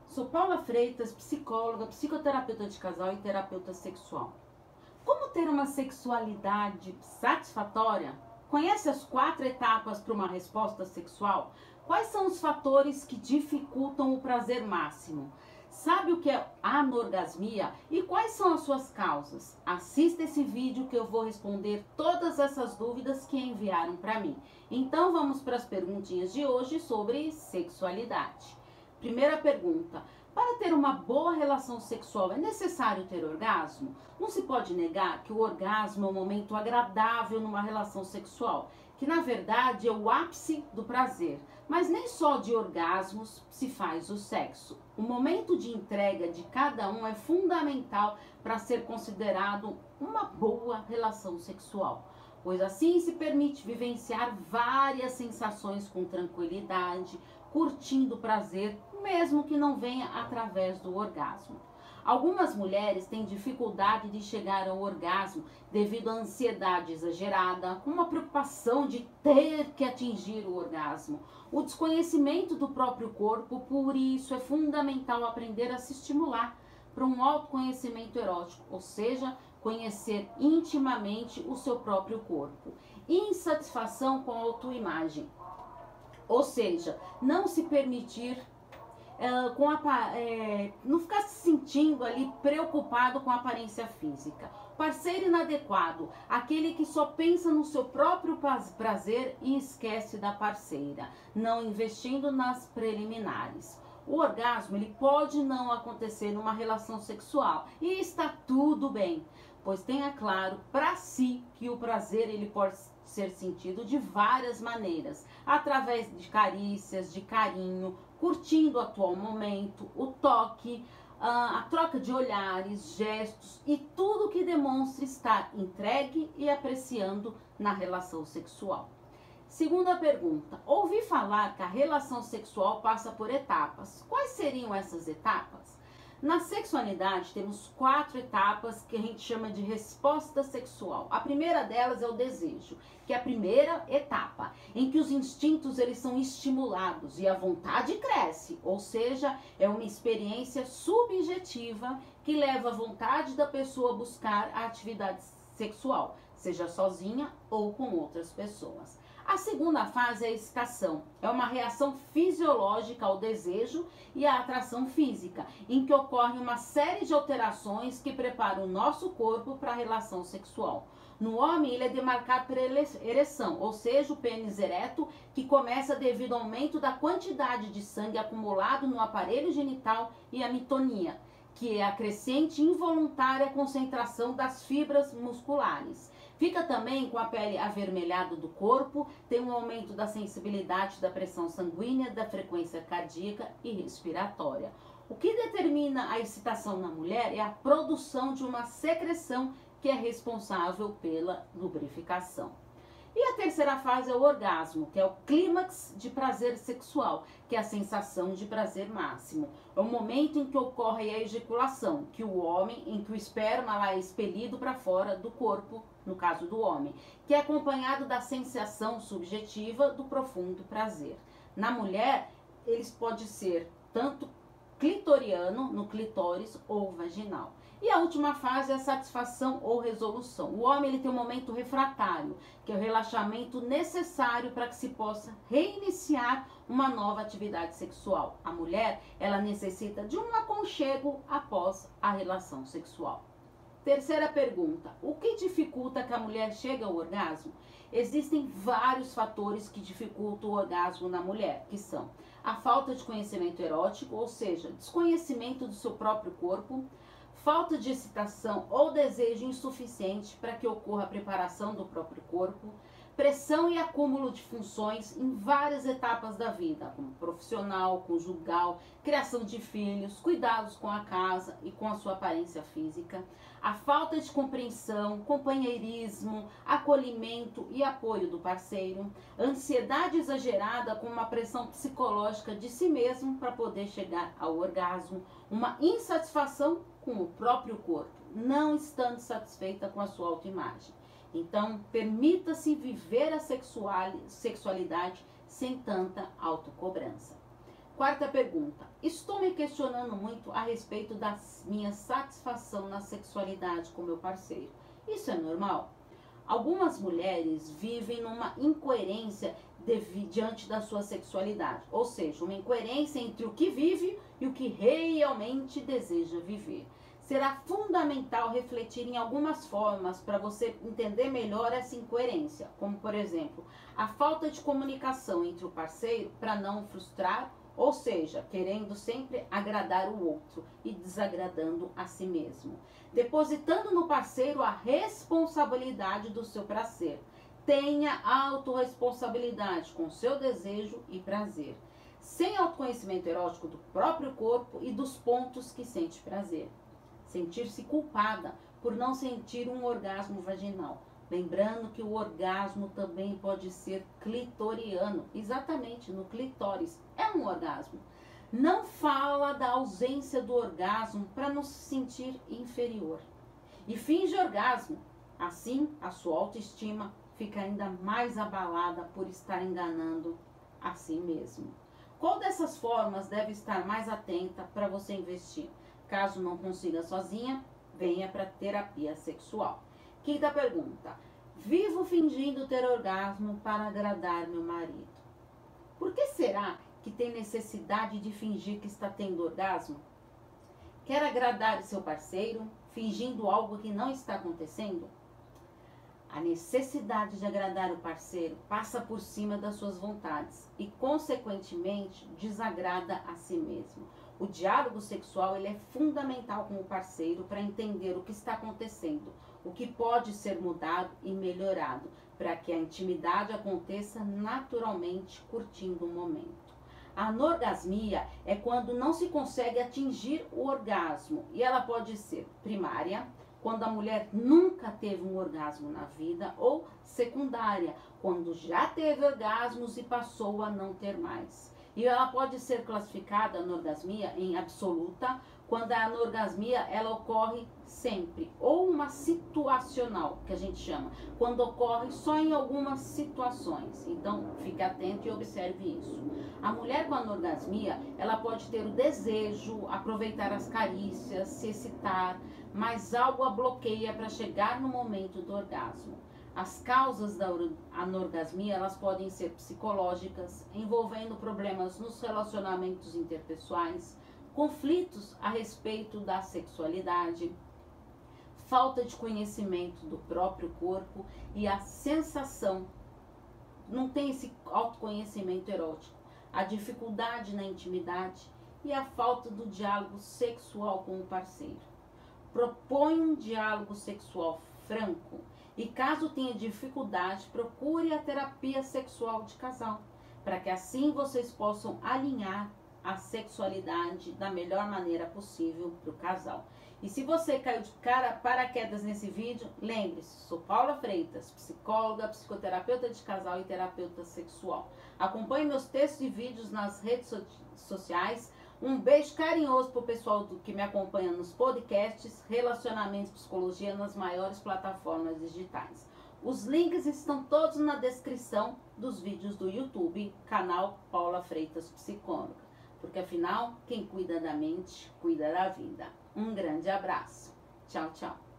Sou Paula Freitas, psicóloga, psicoterapeuta de casal e terapeuta sexual. Como ter uma sexualidade satisfatória? Conhece as 4 etapas para uma resposta sexual? Quais são os fatores que dificultam o prazer máximo? Sabe o que é anorgasmia e quais são as suas causas? Assista esse vídeo que eu vou responder todas essas dúvidas que enviaram para mim. Então vamos para as perguntinhas de hoje sobre sexualidade. Primeira pergunta: para ter uma boa relação sexual é necessário ter orgasmo? Não se pode negar que o orgasmo é um momento agradável numa relação sexual, que na verdade é o ápice do prazer. Mas nem só de orgasmos se faz o sexo. O momento de entrega de cada um é fundamental para ser considerado uma boa relação sexual, pois assim se permite vivenciar várias sensações com tranquilidade, curtindo o prazer, mesmo que não venha através do orgasmo. Algumas mulheres têm dificuldade de chegar ao orgasmo devido à ansiedade exagerada, com uma preocupação de ter que atingir o orgasmo, o desconhecimento do próprio corpo. Por isso é fundamental aprender a se estimular para um autoconhecimento erótico, ou seja, conhecer intimamente o seu próprio corpo. Insatisfação com a autoimagem, ou seja, não se permitir não ficar se sentindo ali preocupado com a aparência física. Parceiro inadequado, aquele que só pensa no seu próprio prazer e esquece da parceira, não investindo nas preliminares. O orgasmo ele pode não acontecer numa relação sexual e está tudo bem, pois tenha claro para si que o prazer ele pode ser sentido de várias maneiras, através de carícias, de carinho, curtindo o atual momento, o toque, a troca de olhares, gestos e tudo que demonstre estar entregue e apreciando na relação sexual. Segunda pergunta: ouvi falar que a relação sexual passa por etapas. Quais seriam essas etapas? Na sexualidade temos 4 etapas que a gente chama de resposta sexual. A primeira delas é o desejo, que é a primeira etapa, em que os instintos eles são estimulados e a vontade cresce, ou seja, é uma experiência subjetiva que leva a vontade da pessoa a buscar a atividade sexual, seja sozinha ou com outras pessoas. A segunda fase é a excitação. É uma reação fisiológica ao desejo e à atração física, em que ocorre uma série de alterações que preparam o nosso corpo para a relação sexual. No homem, ele é demarcado pela ereção, ou seja, o pênis ereto, que começa devido ao aumento da quantidade de sangue acumulado no aparelho genital, e a mitonia, que é a crescente involuntária concentração das fibras musculares. Fica também com a pele avermelhada do corpo, tem um aumento da sensibilidade da pressão sanguínea, da frequência cardíaca e respiratória. O que determina a excitação na mulher é a produção de uma secreção que é responsável pela lubrificação. E a terceira fase é o orgasmo, que é o clímax de prazer sexual, que é a sensação de prazer máximo. É o momento em que ocorre a ejaculação, que o homem, em que o esperma lá é expelido para fora do corpo, no caso do homem, que é acompanhado da sensação subjetiva do profundo prazer. Na mulher, eles podem ser tanto clitoriano, no clitóris, ou vaginal. E a última fase é a satisfação ou resolução. O homem ele tem um momento refratário, que é o relaxamento necessário para que se possa reiniciar uma nova atividade sexual. A mulher, ela necessita de um aconchego após a relação sexual. Terceira pergunta: o que dificulta que a mulher chegue ao orgasmo? Existem vários fatores que dificultam o orgasmo na mulher, que são a falta de conhecimento erótico, ou seja, desconhecimento do seu próprio corpo, falta de excitação ou desejo insuficiente para que ocorra a preparação do próprio corpo, pressão e acúmulo de funções em várias etapas da vida, como profissional, conjugal, criação de filhos, cuidados com a casa e com a sua aparência física, a falta de compreensão, companheirismo, acolhimento e apoio do parceiro, ansiedade exagerada com uma pressão psicológica de si mesmo para poder chegar ao orgasmo, uma insatisfação com o próprio corpo, não estando satisfeita com a sua autoimagem. Então, permita-se viver a sexualidade sem tanta autocobrança. Quarta pergunta. Estou me questionando muito a respeito da minha satisfação na sexualidade com meu parceiro. Isso é normal? Algumas mulheres vivem numa incoerência diante da sua sexualidade, ou seja, uma incoerência entre o que vive e o que realmente deseja viver. Será fundamental refletir em algumas formas para você entender melhor essa incoerência, como por exemplo, a falta de comunicação entre o parceiro para não frustrar, ou seja, querendo sempre agradar o outro e desagradando a si mesmo. Depositando no parceiro a responsabilidade do seu prazer. Tenha autorresponsabilidade com seu desejo e prazer. Sem autoconhecimento erótico do próprio corpo e dos pontos que sente prazer. Sentir-se culpada por não sentir um orgasmo vaginal. Lembrando que o orgasmo também pode ser clitoriano, exatamente no clitóris, é um orgasmo. Não fala da ausência do orgasmo para não se sentir inferior. E finge orgasmo, assim a sua autoestima fica ainda mais abalada por estar enganando a si mesmo. Qual dessas formas deve estar mais atenta para você investir? Caso não consiga sozinha, venha para terapia sexual. Quinta pergunta. Vivo fingindo ter orgasmo para agradar meu marido. Por que será que tem necessidade de fingir que está tendo orgasmo? Quer agradar seu parceiro, fingindo algo que não está acontecendo? A necessidade de agradar o parceiro passa por cima das suas vontades e, consequentemente, desagrada a si mesmo. O diálogo sexual ele é fundamental com o parceiro para entender o que está acontecendo, o que pode ser mudado e melhorado, para que a intimidade aconteça naturalmente, curtindo o momento. A anorgasmia é quando não se consegue atingir o orgasmo e ela pode ser primária, quando a mulher nunca teve um orgasmo na vida, ou secundária, quando já teve orgasmos e passou a não ter mais. E ela pode ser classificada, a anorgasmia, em absoluta, quando a anorgasmia ela ocorre sempre, ou uma situacional, que a gente chama, quando ocorre só em algumas situações. Então, fique atento e observe isso. A mulher com anorgasmia, ela pode ter o desejo, aproveitar as carícias, se excitar, mas algo a bloqueia para chegar no momento do orgasmo. As causas da anorgasmia, elas podem ser psicológicas, envolvendo problemas nos relacionamentos interpessoais, conflitos a respeito da sexualidade, falta de conhecimento do próprio corpo e a sensação, não tem esse autoconhecimento erótico, a dificuldade na intimidade e a falta do diálogo sexual com o parceiro. Propõe um diálogo sexual franco e, caso tenha dificuldade, procure a terapia sexual de casal, para que assim vocês possam alinhar a sexualidade da melhor maneira possível para o casal. E se você caiu de paraquedas nesse vídeo, lembre-se, sou Paula Freitas, psicóloga, psicoterapeuta de casal e terapeuta sexual. Acompanhe meus textos e vídeos nas redes sociais. Um beijo carinhoso para o pessoal que me acompanha nos podcasts, Relacionamentos e Psicologia nas maiores plataformas digitais. Os links estão todos na descrição dos vídeos do YouTube, canal Paula Freitas Psicóloga. Porque afinal, quem cuida da mente, cuida da vida. Um grande abraço. Tchau, tchau.